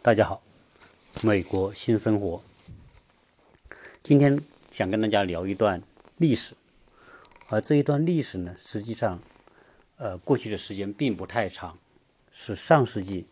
大家好，美国新生活。今天想跟大家聊一段历史，而这一段历史呢，实际上，过去的时间并不太长，是上世纪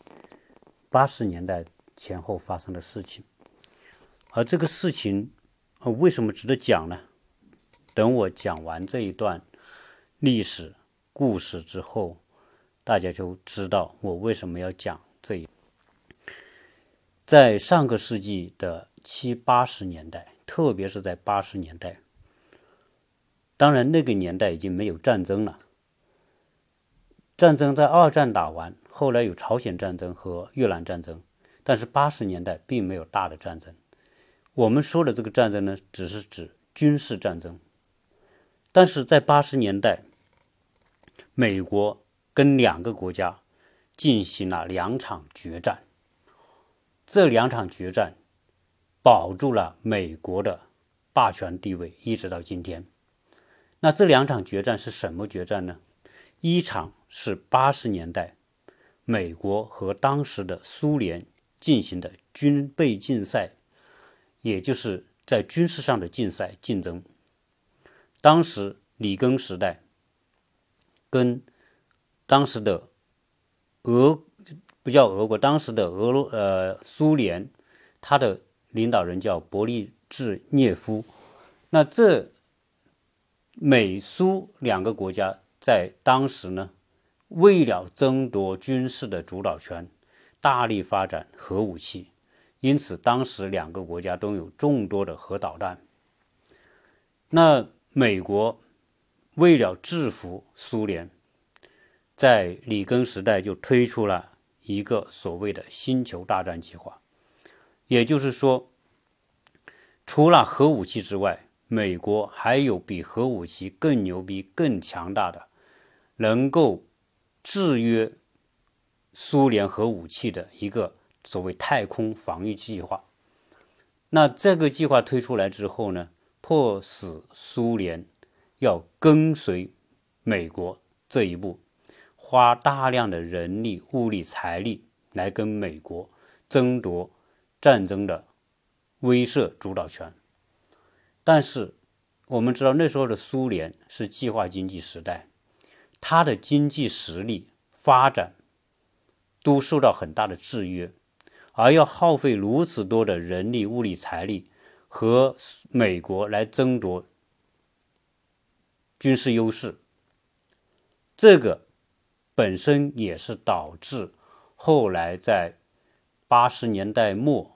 80年代前后发生的事情。而这个事情，为什么值得讲呢？等我讲完这一段历史故事之后，大家就知道我为什么要讲这一。在上个世纪的70、80年代，特别是在80年代，当然那个年代已经没有战争了。战争在二战打完，后来有朝鲜战争和越南战争，但是80年代并没有大的战争。我们说的这个战争呢，只是指军事战争。但是在80年代，美国跟2个国家进行了2场决战。这2场决战保住了美国的霸权地位，一直到今天。那这2场决战是什么决战呢？一场是80年代美国和当时的苏联进行的军备竞赛，也就是在军事上的竞赛竞争。当时里根时代跟当时的不叫俄国，当时的苏联，他的领导人叫勃利治涅夫。那这美苏2个国家在当时呢，为了争夺军事的主导权，大力发展核武器，因此当时2个国家都有众多的核导弹。那美国为了制服苏联，在里根时代就推出了一个所谓的星球大战计划，也就是说，除了核武器之外，美国还有比核武器更牛逼、更强大的，能够制约苏联核武器的一个所谓太空防御计划。那这个计划推出来之后呢，迫使苏联要跟随美国这一步，花大量的人力、物力、财力来跟美国争夺战争的威慑主导权。但是我们知道那时候的苏联是计划经济时代，它的经济实力发展都受到很大的制约，而要耗费如此多的人力、物力、财力和美国来争夺军事优势，这个本身也是导致后来在80年代末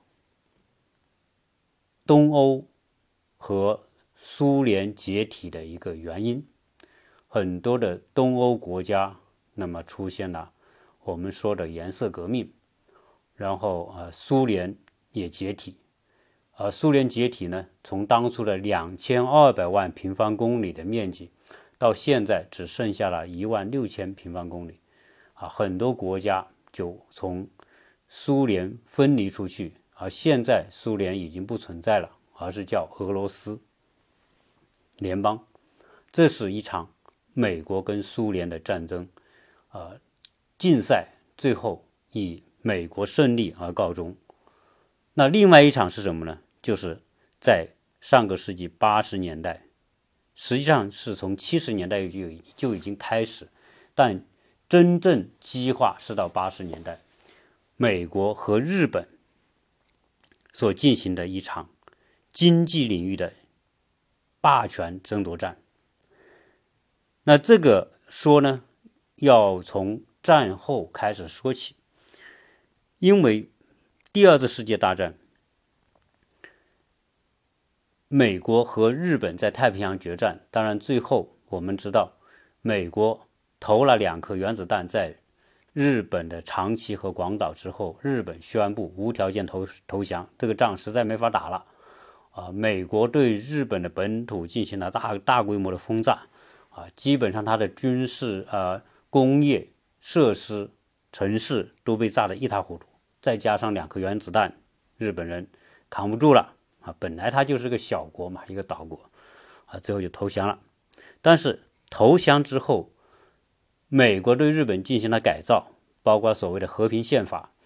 东欧和苏联解体的一个原因。很多的东欧国家那么出现了我们说的颜色革命，然后苏联也解体。苏联解体呢，从当初的2200万平方公里的面积到现在只剩下了16000平方公里，很多国家就从苏联分离出去，而现在苏联已经不存在了，而是叫俄罗斯联邦。这是一场美国跟苏联的战争，竞赛最后以美国胜利而告终。那另外一场是什么呢？就是在上个世纪80年代，实际上是从70年代就已经开始，但真正激化是到80年代，美国和日本所进行的一场经济领域的霸权争夺战。那这个说呢，要从战后开始说起，因为第2次世界大战，美国和日本在太平洋决战，当然最后我们知道，美国投了2颗原子弹在日本的长崎和广岛之后，日本宣布无条件投降，这个仗实在没法打了。美国对日本的本土进行了大规模的轰炸，基本上它的军事、工业设施、城市都被炸得一塌糊涂，再加上2颗原子弹，日本人扛不住了。本来它就是个小国嘛，一个岛国，最后就投降了。但是投降之后，美国对日本进行了改造，包括所谓的和平宪法，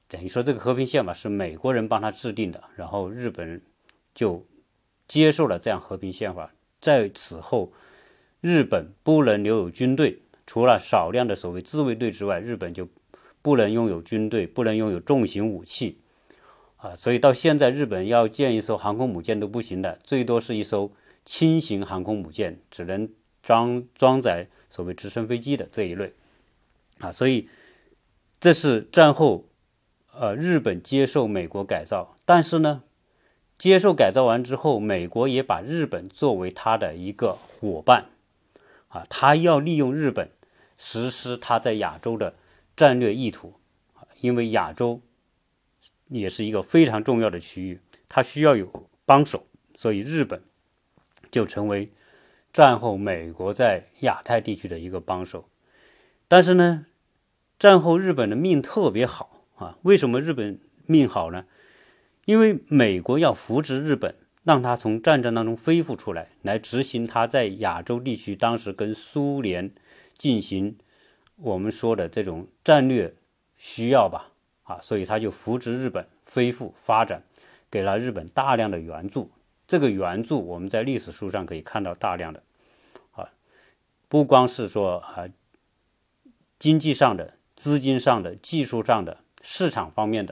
等于说这个和平宪法是美国人帮他制定的，然后日本人就接受了这样和平宪法。在此后，日本不能留有军队，除了少量的所谓自卫队之外，日本就不能拥有军队，不能拥有重型武器所以到现在日本要建一艘航空母舰都不行的，最多是一艘轻型航空母舰，只能装载所谓直升飞机的这一类所以这是战后日本接受美国改造，但是呢，接受改造完之后，美国也把日本作为他的一个伙伴他要利用日本实施他在亚洲的战略意图因为亚洲也是一个非常重要的区域，他需要有帮手，所以日本就成为战后美国在亚太地区的一个帮手。但是呢，战后日本的命特别好为什么日本命好呢？因为美国要扶植日本，让他从战争当中恢复出来，来执行他在亚洲地区当时跟苏联进行我们说的这种战略需要吧所以他就扶植日本恢复发展，给了日本大量的援助。这个援助我们在历史书上可以看到大量的不光是说经济上的、资金上的、技术上的、市场方面的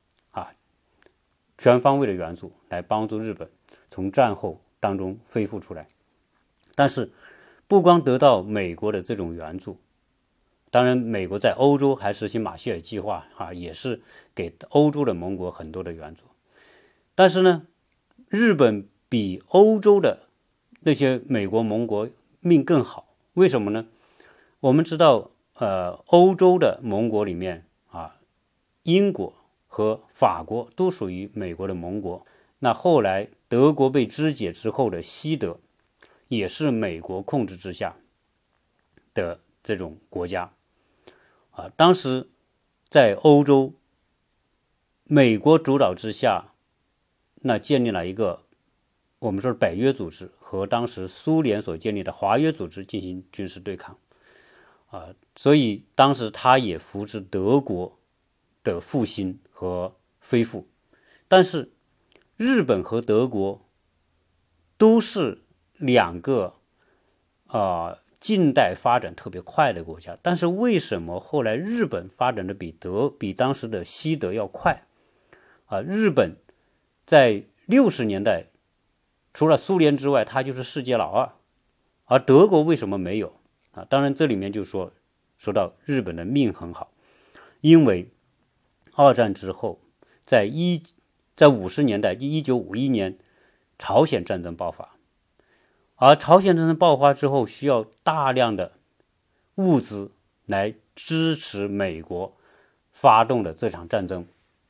全方位的援助，来帮助日本从战后当中恢复出来。但是不光得到美国的这种援助，当然美国在欧洲还实行马歇尔计划也是给欧洲的盟国很多的援助。但是呢，日本比欧洲的那些美国盟国命更好。为什么呢？我们知道欧洲的盟国里面英国和法国都属于美国的盟国，那后来德国被肢解之后的西德也是美国控制之下的这种国家当时在欧洲美国主导之下，那建立了一个我们说北约组织和当时苏联所建立的华约组织进行军事对抗所以当时他也扶持德国的复兴和恢复。但是日本和德国都是两个近代发展特别快的国家，但是为什么后来日本发展的比当时的西德要快日本在60年代除了苏联之外，它就是世界老二，而德国为什么没有当然这里面就说到日本的命很好，因为二战之后在50年代1951年朝鲜战争爆发，而朝鲜战争爆发之后需要大量的物资来支持美国发动的这场战争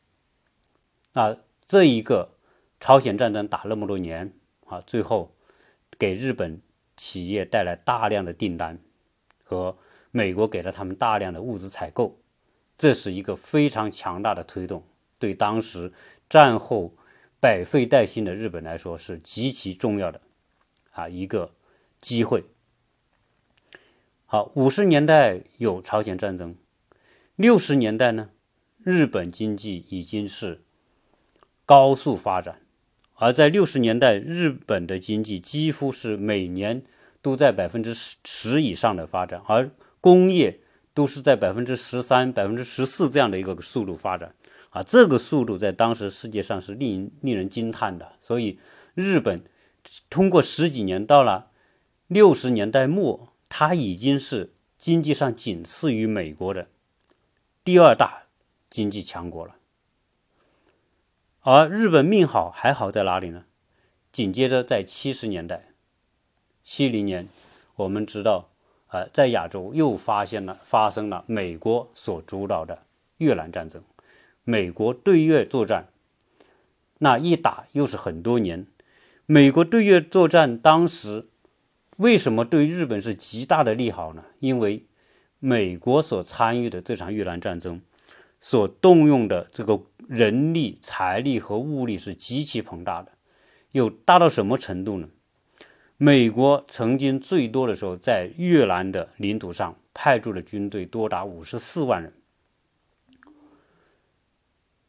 这一个朝鲜战争打那么多年最后给日本企业带来大量的订单，和美国给了他们大量的物资采购，这是一个非常强大的推动，对当时战后百废待兴的日本来说是极其重要的一个机会。好，50年代有朝鲜战争，60年代呢，日本经济已经是高速发展，而在60年代日本的经济几乎是每年都在10%以上的发展，而工业都是在13%、14%这样的一个速度发展这个速度在当时世界上是令人惊叹的。所以日本通过10几年，到了60年代末，它已经是经济上仅次于美国的第2大经济强国了。而日本命好还好在哪里呢？紧接着在70年代70年，我们知道在亚洲又发生了美国所主导的越南战争，美国对越作战，那一打又是很多年。美国对越作战当时为什么对日本是极大的利好呢？因为美国所参与的这场越南战争所动用的这个人力、财力和物力是极其庞大的，有大到什么程度呢？美国曾经最多的时候在越南的领土上派驻的军队多达54万人，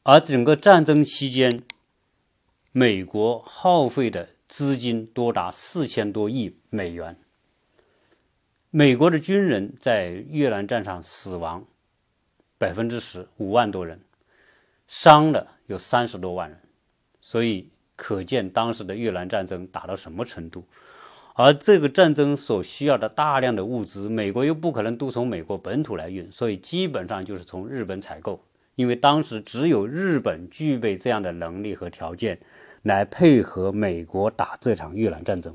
而整个战争期间，美国耗费的资金多达4000多亿美元。美国的军人在越南战场死亡10%，5万多人，伤了有30多万人。所以可见当时的越南战争打到什么程度。而这个战争所需要的大量的物资，美国又不可能都从美国本土来运，所以基本上就是从日本采购，因为当时只有日本具备这样的能力和条件来配合美国打这场越南战争。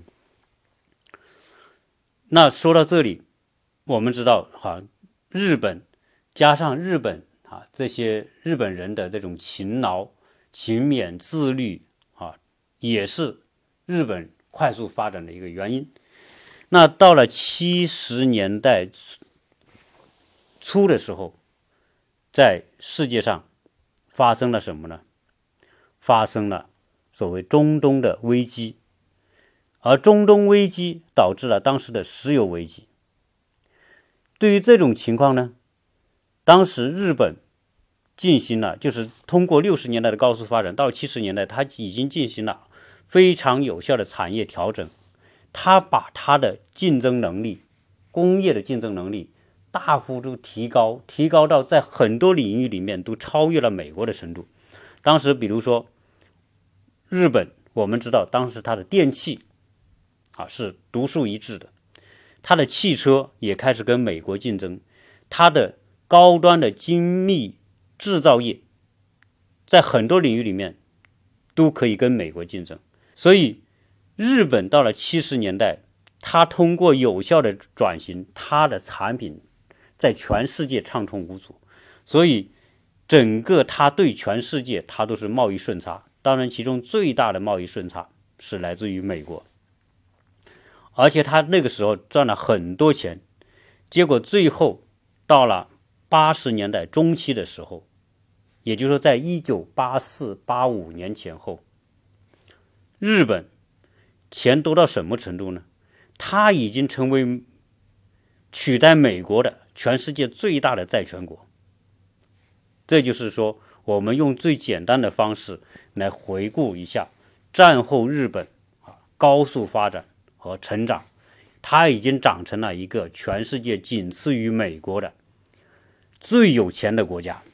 那说到这里，我们知道日本加上日本这些日本人的这种勤劳、勤勉、自律也是日本快速发展的一个原因。那到了70年代初的时候，在世界上发生了什么呢？发生了所谓中东的危机，而中东危机导致了当时的石油危机。对于这种情况呢，当时日本进行了，就是通过60年代的高速发展，到70年代它已经进行了非常有效的产业调整，它把它的竞争能力，工业的竞争能力大幅度提高到在很多领域里面都超越了美国的程度。当时比如说日本，我们知道当时它的电器是独树一帜的，它的汽车也开始跟美国竞争，它的高端的精密制造业在很多领域里面都可以跟美国竞争。所以日本到了70年代，它通过有效的转型，它的产品在全世界畅通无阻，所以整个它对全世界它都是贸易顺差。当然其中最大的贸易顺差是来自于美国，而且他那个时候赚了很多钱。结果最后到了80年代中期的时候，也就是说在1984、85年前后，日本钱多到什么程度呢？它已经成为取代美国的全世界最大的债权国。这就是说，我们用最简单的方式来回顾一下战后日本高速发展和成长，它已经长成了一个全世界仅次于美国的最有钱的国家。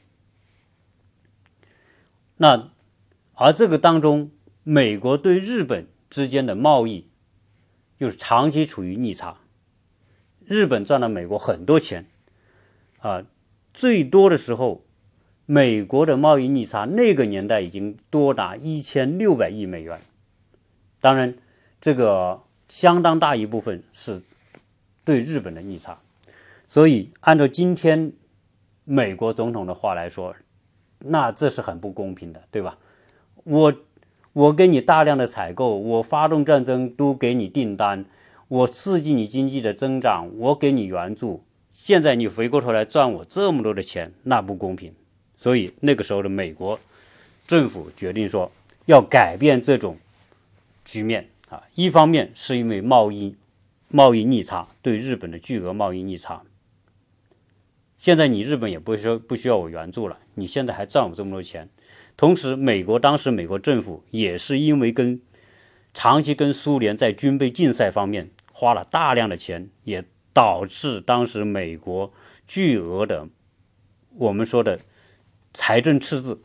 那而这个当中，美国对日本之间的贸易就是长期处于逆差，日本赚了美国很多钱最多的时候，美国的贸易逆差那个年代已经多达1600亿美元。当然这个相当大一部分是对日本的逆差。所以按照今天美国总统的话来说，那这是很不公平的，对吧？我给你大量的采购，我发动战争都给你订单，我刺激你经济的增长，我给你援助，现在你回过头来赚我这么多的钱，那不公平。所以那个时候的美国政府决定说要改变这种局面一方面是因为贸易逆差，对日本的巨额贸易逆差，现在你日本也不需要我援助了，你现在还赚我这么多钱。同时当时美国政府也是因为长期跟苏联在军备竞赛方面花了大量的钱，也导致当时美国巨额的我们说的财政赤字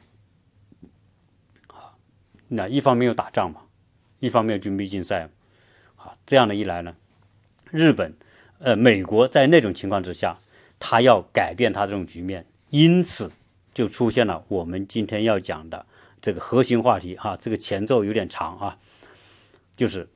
那一方面又打仗嘛，一方面军备竞赛这样的一来呢，美国在那种情况之下，他要改变他这种局面，因此就出现了我们今天要讲的这个核心话题这个前奏有点长就是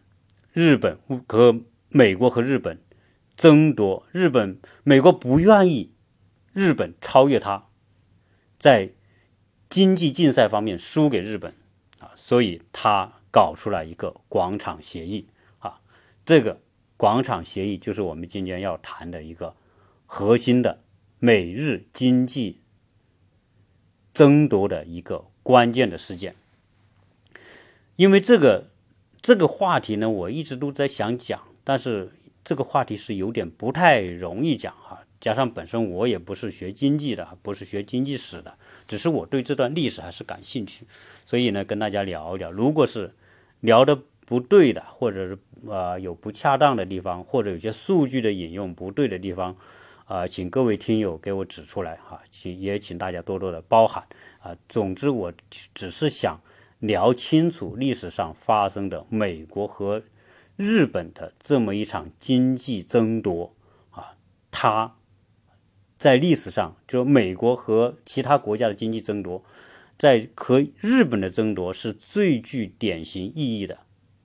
美国和日本争夺，美国不愿意日本超越他，在经济竞赛方面输给日本所以他搞出来一个广场协议这个广场协议就是我们今天要谈的一个核心的美日经济争夺的一个关键的事件。因为这个话题呢，我一直都在想讲，但是这个话题是有点不太容易讲加上本身我也不是学经济的，不是学经济史的，只是我对这段历史还是感兴趣，所以呢跟大家聊一聊。如果是聊的不对的，或者是有不恰当的地方，或者有些数据的引用不对的地方，请各位听友给我指出来哈，也请大家多多的包涵啊。总之，我只是想聊清楚历史上发生的美国和日本的这么一场经济争夺啊，它在历史上就美国和其他国家的经济争夺，在和日本的争夺是最具典型意义的。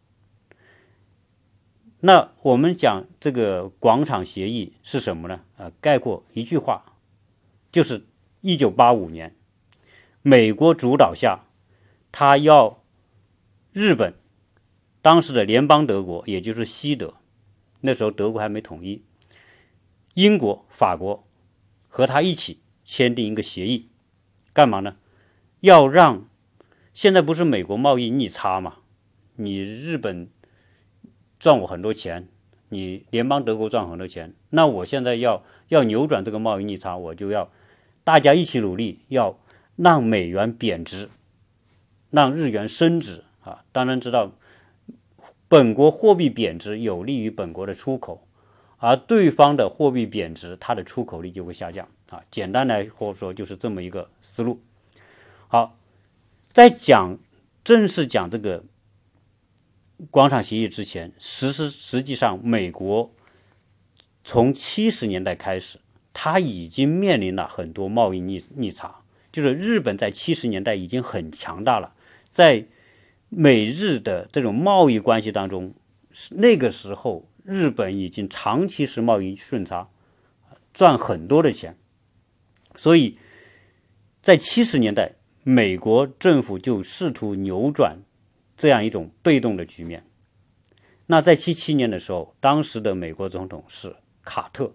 那我们讲这个广场协议是什么呢？概括一句话，就是1985年，美国主导下，他要日本当时的联邦德国，也就是西德，那时候德国还没统一，英国、法国和他一起签订一个协议，干嘛呢？要让现在不是美国贸易逆差嘛？你日本赚我很多钱，你联邦德国赚很多钱，那我现在要扭转这个贸易逆差，我就要大家一起努力，要让美元贬值，让日元升值啊！当然知道，本国货币贬值有利于本国的出口，而对方的货币贬值，它的出口率就会下降啊。简单来说，就是这么一个思路。好，在正式讲这个广场协议之前，实际上美国从70年代开始，它已经面临了很多贸易逆差，就是日本在70年代已经很强大了，在美日的这种贸易关系当中，那个时候日本已经长期是贸易顺差，赚很多的钱，所以在70年代，美国政府就试图扭转这样一种被动的局面。那在77年的时候，当时的美国总统是卡特。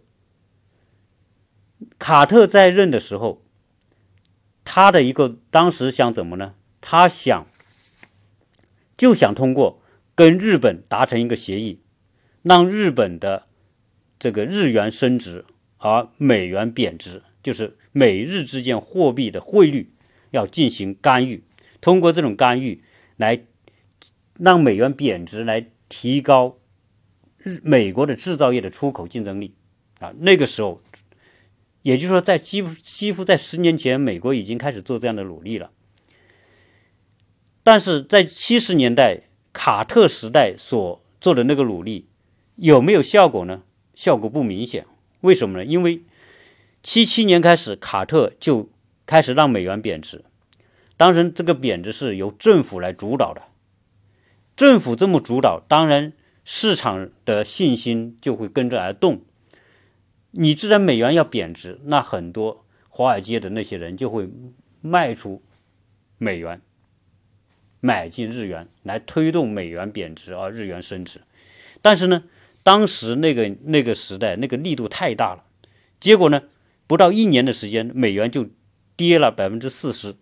卡特在任的时候，他的当时想怎么呢？他就想通过跟日本达成一个协议，让日本的这个日元升值，而美元贬值，就是美日之间货币的汇率要进行干预，通过这种干预来让美元贬值，来提高美国的制造业的出口竞争力啊。那个时候，也就是说，在几乎在10年前，美国已经开始做这样的努力了。但是在70年代卡特时代所做的那个努力有没有效果呢？效果不明显。为什么呢？因为77年开始，卡特就开始让美元贬值。当然，这个贬值是由政府来主导的。政府这么主导，当然市场的信心就会跟着而动。你既然美元要贬值，那很多华尔街的那些人就会卖出美元，买进日元，来推动美元贬值而日元升值。但是呢，当时那个时代那个力度太大了，结果呢，不到1年的时间，美元就跌了41%，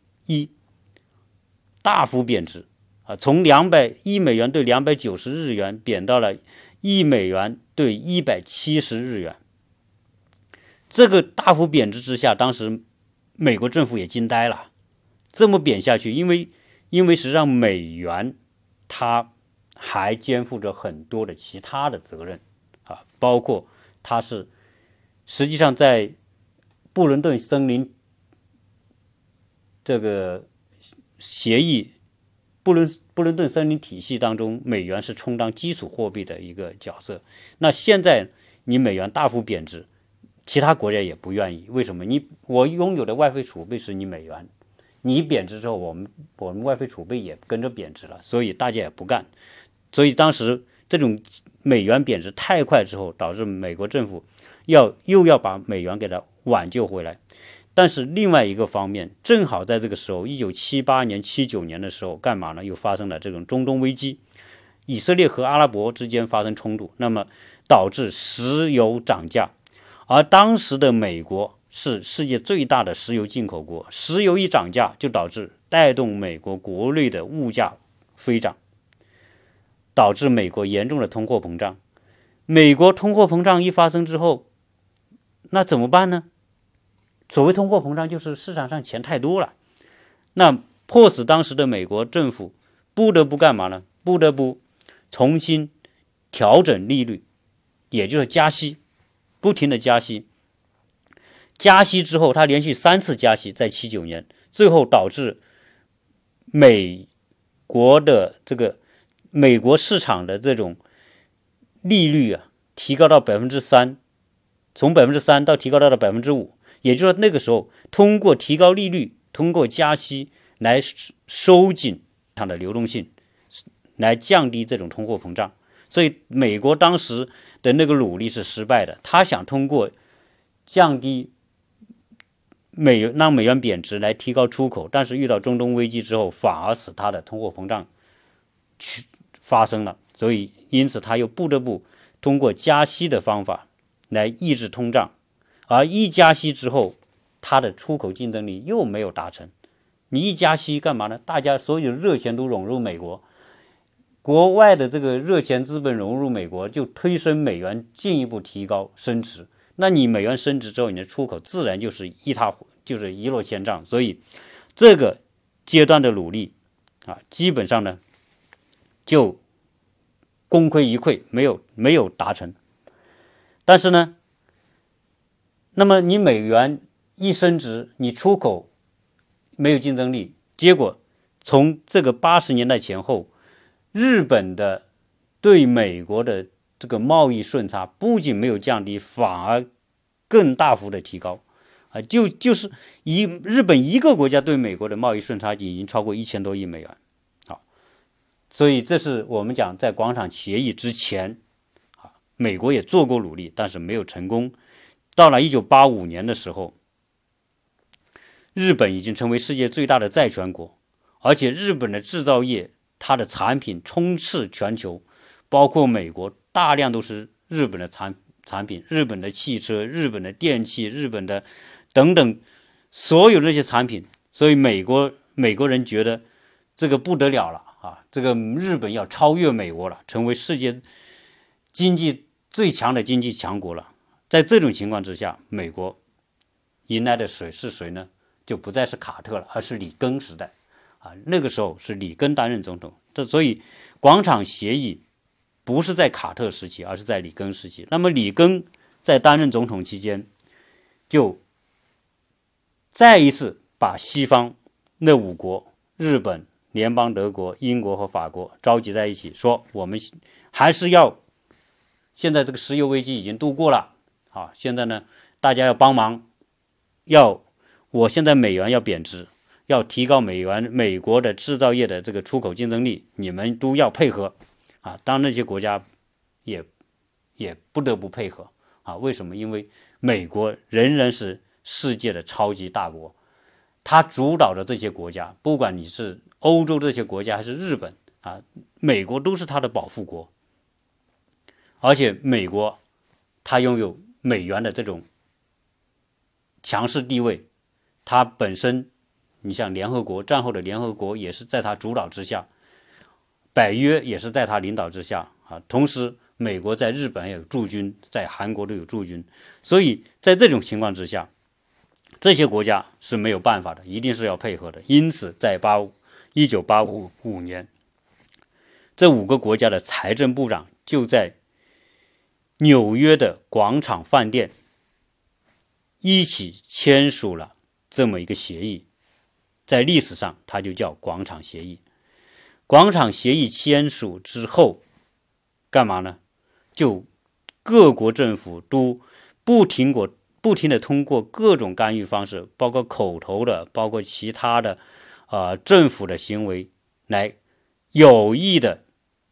大幅贬值啊！从1美元兑290日元贬到了1美元兑170日元。这个大幅贬值之下，当时美国政府也惊呆了。这么贬下去，因为实际上美元它还肩负着很多的其他的责任啊，包括它是实际上在布伦顿森林这个协议布伦顿森林体系当中，美元是充当基础货币的一个角色。那现在你美元大幅贬值，其他国家也不愿意。为什么？我拥有的外汇储备是你美元，你贬值之后，我们外汇储备也跟着贬值了，所以大家也不干。所以当时这种美元贬值太快之后，导致美国政府又要把美元给它挽救回来。但是另外一个方面，正好在这个时候，1978年、79年的时候，干嘛呢？又发生了这种中东危机，以色列和阿拉伯之间发生冲突，那么导致石油涨价。而当时的美国是世界最大的石油进口国，石油一涨价，就导致带动美国国内的物价飞涨，导致美国严重的通货膨胀。美国通货膨胀一发生之后， 那怎么办呢？所谓通货膨胀就是市场上钱太多了，那迫使当时的美国政府不得不干嘛呢？不得不重新调整利率，也就是加息，不停的加息。加息之后，他连续3次加息，在79年，最后导致美国市场的这种利率提高到3%，从3%到提高到了5%，也就是说那个时候通过提高利率，通过加息来收紧它的流动性，来降低这种通货膨胀。所以美国当时的那个努力是失败的，他想通过降低让美元贬值来提高出口，但是遇到中东危机之后，反而使它的通货膨胀发生了，所以因此他又不得不通过加息的方法来抑制通胀，而一加息之后，它的出口竞争力又没有达成。你一加息干嘛呢？大家所有的热钱都涌入美国，国外的这个热钱资本融入美国，就推升美元进一步提高升值。那你美元升值之后，你的出口自然就是一落千丈。所以这个阶段的努力基本上呢就功亏一篑，没有达成。但是呢，那么你美元一升值，你出口没有竞争力，结果从这个80年代前后，日本的对美国的这个贸易顺差不仅没有降低，反而更大幅的提高就是日本一个国家对美国的贸易顺差已经超过1000多亿美元。所以这是我们讲在广场协议之前美国也做过努力，但是没有成功。到了1985年的时候，日本已经成为世界最大的债权国，而且日本的制造业它的产品充斥全球，包括美国大量都是日本的产品，日本的汽车、日本的电器、日本的等等所有这些产品。所以美国人觉得这个不得了了这个日本要超越美国了，成为世界经济最强的经济强国了。在这种情况之下，美国迎来的是谁呢？就不再是卡特了，而是里根时代那个时候是里根担任总统。所以广场协议不是在卡特时期，而是在里根时期。那么里根在担任总统期间，就再一次把西方那5国日本、联邦德国、英国和法国召集在一起，说我们还是要，现在这个石油危机已经度过了现在呢大家要帮忙，我现在美元要贬值，要提高美国的制造业的这个出口竞争力，你们都要配合当然那些国家也不得不配合为什么？因为美国仍然是世界的超级大国，它主导着这些国家，不管你是欧洲这些国家还是日本美国都是它的保护国。而且美国它拥有美元的这种强势地位，它本身你像联合国，战后的联合国也是在它主导之下，北约也是在它领导之下同时美国在日本也有驻军，在韩国都有驻军。所以在这种情况之下，这些国家是没有办法的，一定是要配合的。因此在1985年，这5个国家的财政部长就在纽约的广场饭店一起签署了这么一个协议，在历史上它就叫广场协议。广场协议签署之后干嘛呢？就各国政府都不停的通过各种干预方式，包括口头的，包括其他的政府的行为，来有意的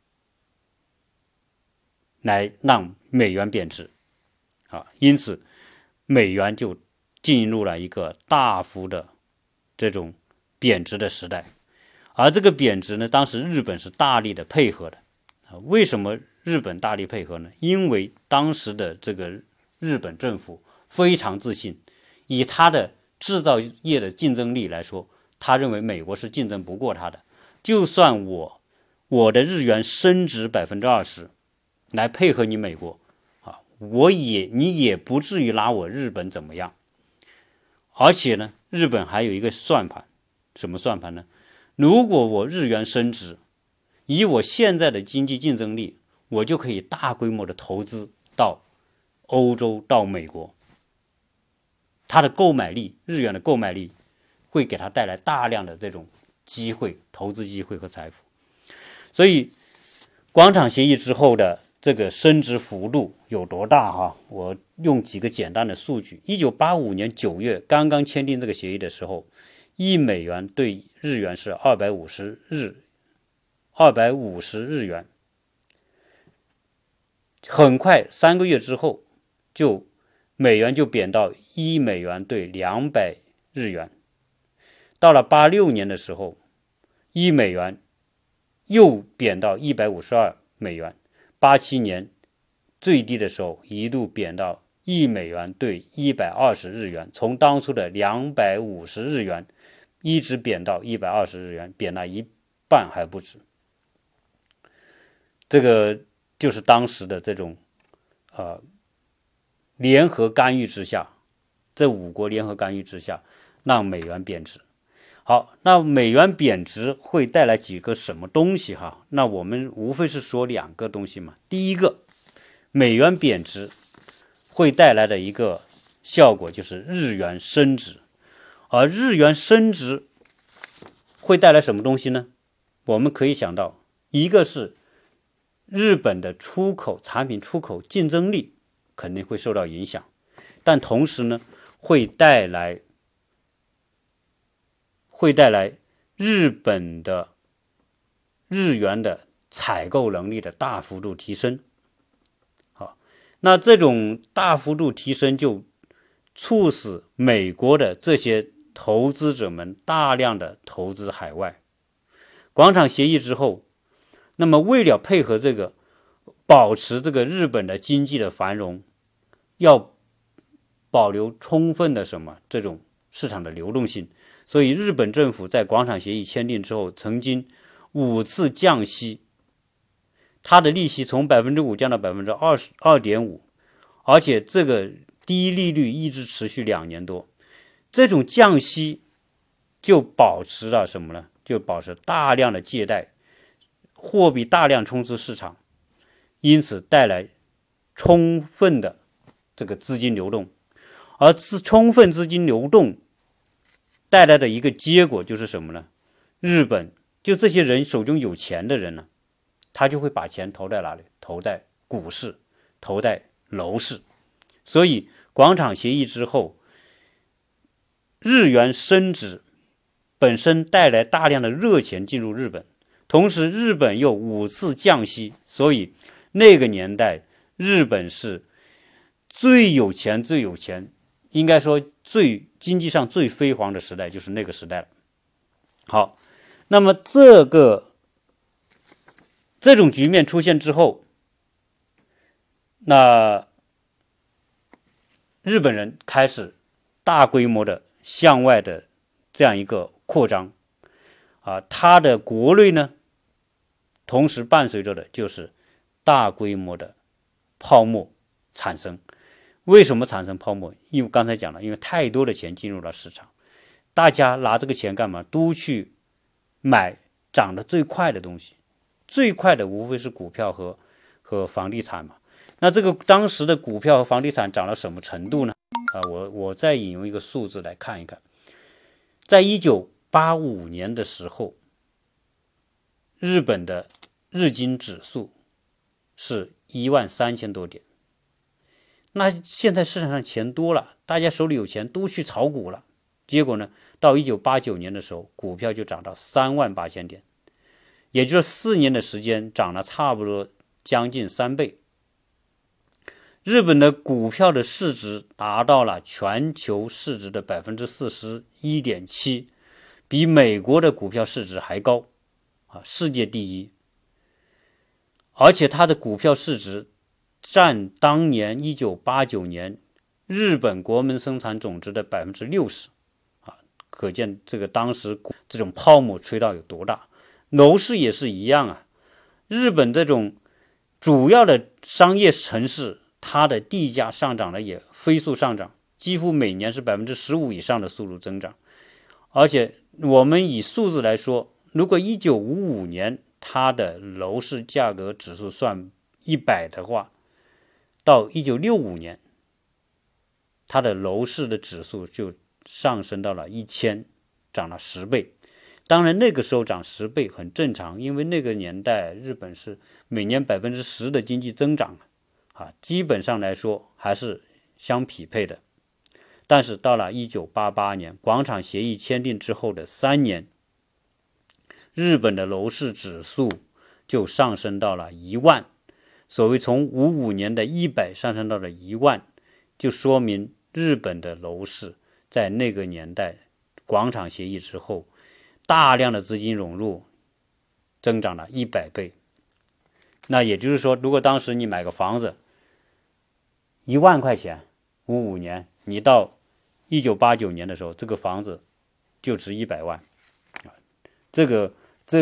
来让美元贬值因此美元就进入了一个大幅的这种贬值的时代。而这个贬值呢，当时日本是大力的配合的为什么日本大力配合呢？因为当时的这个日本政府非常自信，以他的制造业的竞争力来说，他认为美国是竞争不过他的，就算我的日元升值20%来配合你美国你也不至于拿我日本怎么样。而且呢，日本还有一个算盘，什么算盘呢？如果我日元升值，以我现在的经济竞争力，我就可以大规模的投资到欧洲、到美国。它的购买力，日元的购买力会给它带来大量的这种机会、投资机会和财富。所以广场协议之后的这个升值幅度有多大哈？我用几个简单的数据。1985年9月刚刚签订这个协议的时候，1美元对日元是250日元。很快3个月之后，美元就贬到1美元对200日元。到了86年的时候，1美元又贬到152美元。87年最低的时候一度贬到1美元对120日元，从当初的250日元一直贬到120日元，贬了一半还不止。这个就是当时的这种联合干预之下，这5国联合干预之下，让美元贬值。好，那美元贬值会带来几个什么东西哈？那我们无非是说2个东西嘛。第一个，美元贬值会带来的一个效果就是日元升值，而日元升值会带来什么东西呢？我们可以想到，一个是日本的产品出口竞争力肯定会受到影响，但同时呢，会带来日本的日元的采购能力的大幅度提升。好，那这种大幅度提升就促使美国的这些投资者们大量的投资海外。广场协议之后，那么为了配合这个保持这个日本的经济的繁荣，要保留充分的这种市场的流动性，所以日本政府在广场协议签订之后，曾经5次降息，它的利息从 5% 降到 2.5%， 而且这个低利率一直持续2年多。这种降息就保持了什么呢？就保持大量的借贷，货币大量充斥市场，因此带来充分的这个资金流动。而充分资金流动带来的一个结果就是什么呢？日本就这些人手中有钱的人呢，他就会把钱投在哪里？投在股市，投在楼市。所以广场协议之后，日元升值本身带来大量的热钱进入日本，同时日本又5次降息，所以那个年代日本是最有钱，应该说经济上最辉煌的时代就是那个时代了。好，那么这种局面出现之后，那日本人开始大规模的向外的这样一个扩张它的国内呢，同时伴随着的就是大规模的泡沫产生。为什么产生泡沫？因为刚才讲了，因为太多的钱进入了市场，大家拿这个钱干嘛？都去买涨得最快的东西，最快的无非是股票和房地产嘛。那这个当时的股票和房地产涨到什么程度呢？我再引用一个数字来看一看，在1985年的时候，日本的日经指数是13000多点。那现在市场上钱多了，大家手里有钱都去炒股了，结果呢，到1989年的时候，股票就涨到38000点，也就是4年的时间涨了差不多将近3倍。日本的股票的市值达到了全球市值的 41.7%， 比美国的股票市值还高世界第一。而且它的股票市值占当年1989年日本国民生产总值的 60%， 可见这个当时这种泡沫吹到有多大。楼市也是一样日本这种主要的商业城市它的地价上涨的也飞速上涨，几乎每年是15%以上的速度增长。而且我们以数字来说，如果1955年它的楼市价格指数算100的话，到1965年它的楼市的指数就上升到了1000，涨了10倍。当然那个时候涨10倍很正常，因为那个年代日本是每年10%的经济增长基本上来说还是相匹配的。但是到了1988年广场协议签订之后的3年，日本的楼市指数就上升到了1万，所谓从55年的100上升到了1万，就说明日本的楼市在那个年代广场协议之后，大量的资金涌入，增长了100倍。那也就是说，如果当时你买个房子1万块钱，55年，你到1989年的时候，这个房子就值100万。这个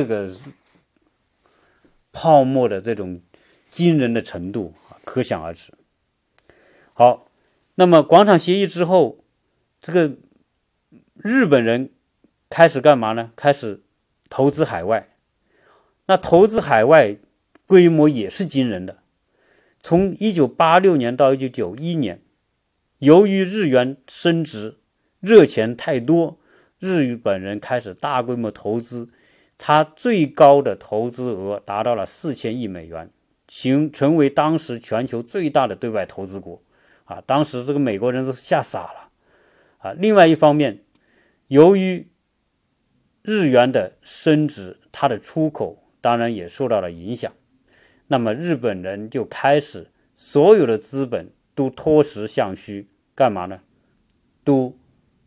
泡沫的这种惊人的程度可想而知。好，那么广场协议之后，这个日本人开始干嘛呢？开始投资海外。那投资海外规模也是惊人的。从1986年到1991年，由于日元升值，热钱太多，日本人开始大规模投资，它最高的投资额达到了4000亿美元，成为当时全球最大的对外投资国当时这个美国人都吓傻了另外一方面，由于日元的升值，它的出口当然也受到了影响。那么日本人就开始所有的资本都脱实向虚，干嘛呢？都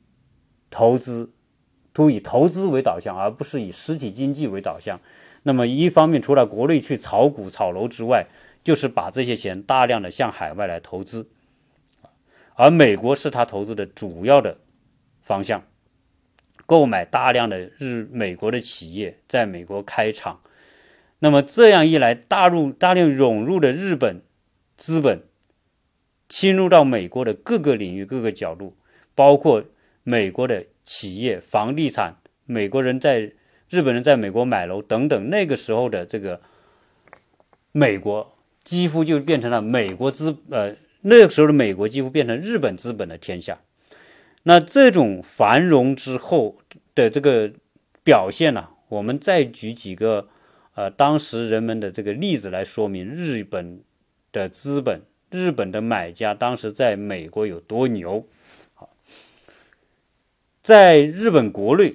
以投资为导向，而不是以实体经济为导向。那么一方面除了国内去炒股炒楼之外，就是把这些钱大量的向海外来投资，而美国是他投资的主要的方向，购买大量的美国的企业在美国开厂。那么这样一来，大量涌入的日本资本侵入到美国的各个领域各个角度，包括美国的企业房地产，日本人在美国买楼等等。那个时候的这个美国几乎就变成了那个时候的美国几乎变成日本资本的天下。那这种繁荣之后的这个表现我们再举几个当时人们的这个例子来说明日本的资本，日本的买家当时在美国有多牛。在日本国内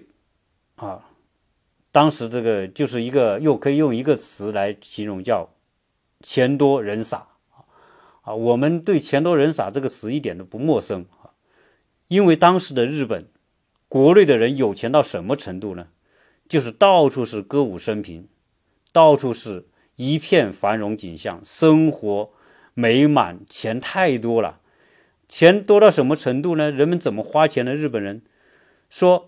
当时这个就是又可以用一个词来形容，叫钱多人傻我们对钱多人傻这个词一点都不陌生因为当时的日本国内的人有钱到什么程度呢？就是到处是歌舞升平，到处是一片繁荣景象，生活美满，钱太多了。钱多到什么程度呢？人们怎么花钱呢？日本人说，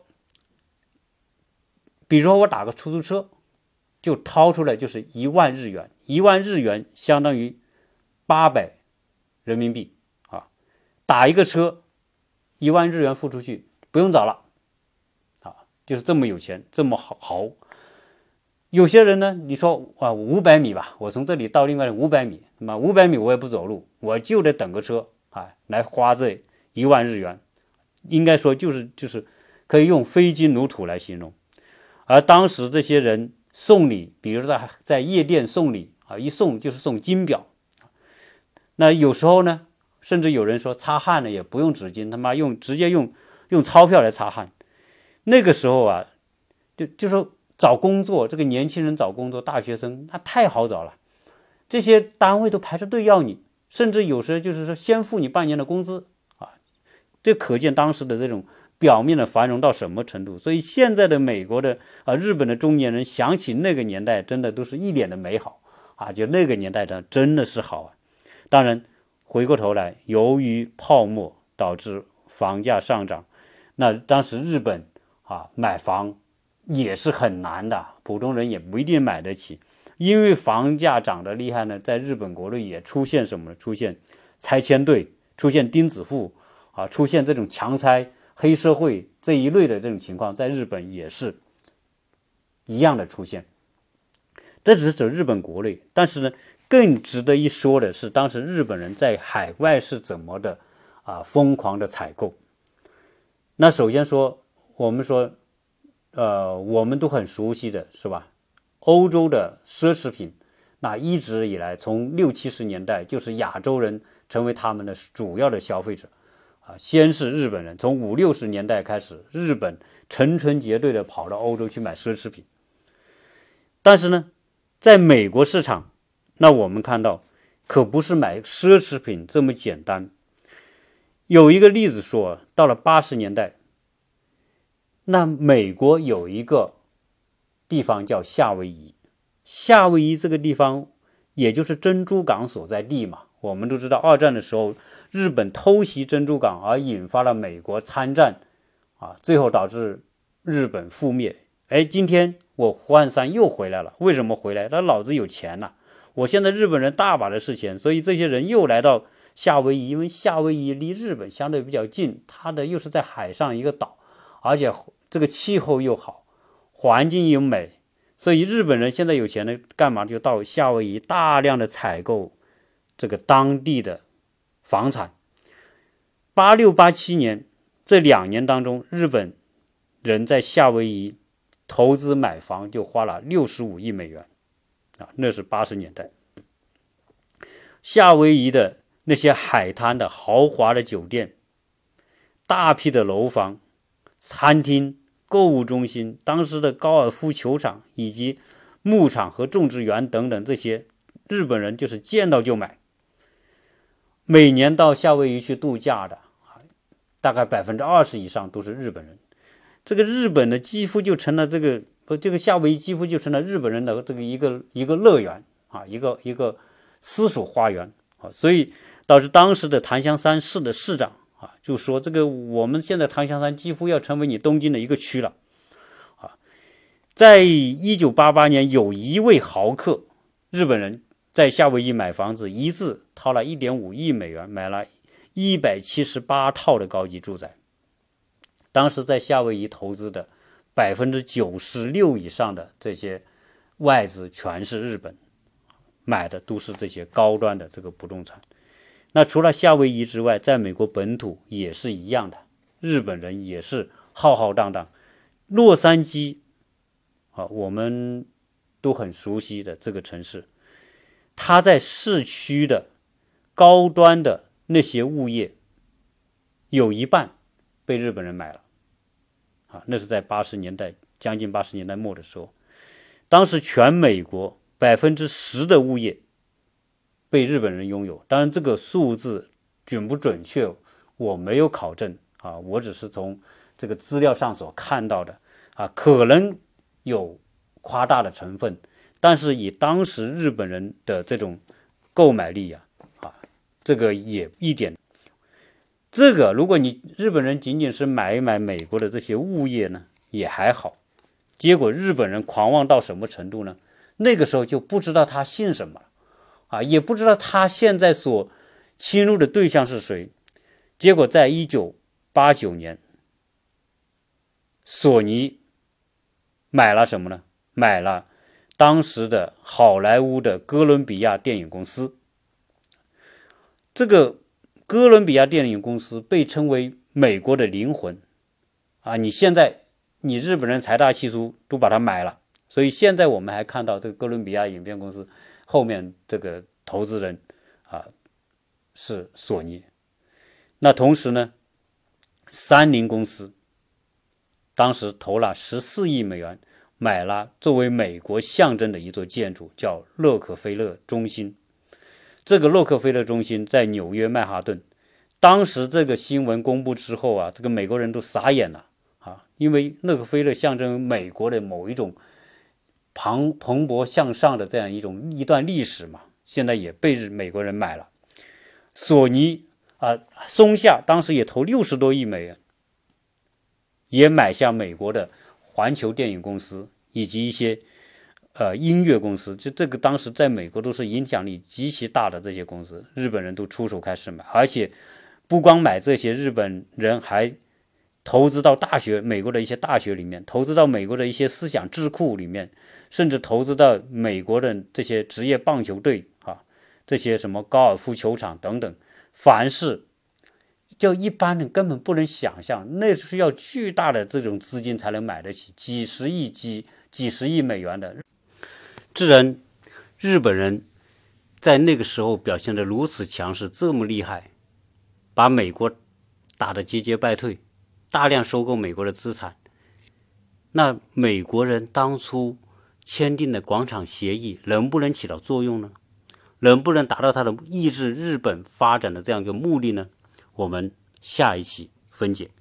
比如说我打个出租车，就掏出来就是1万日元，1万日元相当于800人民币打一个车1万日元付出去不用找了就是这么有钱，这么豪。有些人呢，你说500米吧，我从这里到另外的500米，那么500米我也不走路，我就得等个车来花这1万日元，应该说就是可以用飞金如土来形容。而当时这些人送礼，比如说在夜店送礼一送就是送金表。那有时候呢，甚至有人说擦汗呢也不用纸巾，他妈直接用钞票来擦汗。那个时候就说找工作，这个年轻人找工作，大学生那太好找了，这些单位都排着队要你，甚至有时就是说先付你半年的工资这可见当时的这种表面的繁荣到什么程度。所以现在的美国的日本的中年人想起那个年代，真的都是一脸的美好就那个年代的真的是好当然回过头来，由于泡沫导致房价上涨，那当时日本买房也是很难的，普通人也不一定买得起。因为房价涨得厉害呢，在日本国内也出现什么呢？出现拆迁队，出现钉子户出现这种强拆、黑社会这一类的这种情况，在日本也是一样的出现。这只是指日本国内，但是呢，更值得一说的是，当时日本人在海外是怎么的疯狂的采购。那首先说，我们说，我们都很熟悉的是吧？欧洲的奢侈品，那一直以来从60、70年代就是亚洲人成为他们的主要的消费者先是日本人，从50、60年代开始，日本成群结队的跑到欧洲去买奢侈品。但是呢，在美国市场，那我们看到可不是买奢侈品这么简单。有一个例子说，到了80年代，那美国有一个地方叫夏威夷，夏威夷这个地方也就是珍珠港所在地嘛。我们都知道，二战的时候，日本偷袭珍珠港而引发了美国参战最后导致日本覆灭。今天我胡汉三又回来了，为什么回来？他老子有钱了，我现在日本人大把的是钱，所以这些人又来到夏威夷，因为夏威夷离日本相对比较近，它的又是在海上一个岛，而且这个气候又好，环境又美，所以日本人现在有钱的干嘛？就到夏威夷大量的采购这个当地的房产。86、87年这2年当中，日本人在夏威夷投资买房就花了65亿美元那是80年代。夏威夷的那些海滩的豪华的酒店，大批的楼房、餐厅、购物中心，当时的高尔夫球场以及牧场和种植园等等，这些日本人就是见到就买。每年到夏威夷去度假的大概20%以上都是日本人。这个日本的几乎就成了这个夏威夷几乎就成了日本人的这个一个乐园一个私属花园所以导致当时的檀香山市的市长就说，这个我们现在檀香山几乎要成为你东京的一个区了在1988年，有一位豪客日本人在夏威夷买房子，一次掏了1.5亿美元，买了178套的高级住宅。当时在夏威夷投资的96%以上的这些外资全是日本，买的都是这些高端的这个不动产。那除了夏威夷之外，在美国本土也是一样的，日本人也是浩浩荡荡。洛杉矶我们都很熟悉的这个城市，它在市区的高端的那些物业有一半被日本人买了那是在80年代，将近80年代末的时候，当时全美国10%的物业被日本人拥有。当然这个数字准不准确我没有考证我只是从这个资料上所看到的可能有夸大的成分，但是以当时日本人的这种购买力这个也一点。这个如果你日本人仅仅是买一买美国的这些物业呢，也还好。结果日本人狂妄到什么程度呢？那个时候就不知道他姓什么也不知道他现在所侵入的对象是谁。结果在1989年，索尼买了什么呢？买了当时的好莱坞的哥伦比亚电影公司。这个哥伦比亚电影公司被称为美国的灵魂你现在你日本人财大气粗都把它买了，所以现在我们还看到这个哥伦比亚影片公司后面这个投资人是索尼。那同时呢，三菱公司当时投了14亿美元，买了作为美国象征的一座建筑，叫洛克菲勒中心。这个洛克菲勒中心在纽约曼哈顿。当时这个新闻公布之后这个美国人都傻眼了因为洛克菲勒象征美国的某一种蓬勃向上的这样一段历史嘛，现在也被美国人买了。索尼松下当时也投60多亿美元，也买下美国的环球电影公司以及一些音乐公司，就这个当时在美国都是影响力极其大的这些公司，日本人都出手开始买，而且不光买这些，日本人还投资到美国的一些大学里面，投资到美国的一些思想智库里面，甚至投资到美国的这些职业棒球队这些什么高尔夫球场等等，凡是就一般人根本不能想象，那是要巨大的这种资金才能买得起，几十亿美元的。自然，日本人在那个时候表现得如此强势，这么厉害，把美国打得节节败退，大量收购美国的资产。那美国人当初签订的广场协议能不能起到作用呢？能不能达到它的抑制日本发展的这样一个目的呢？我们下一期分解。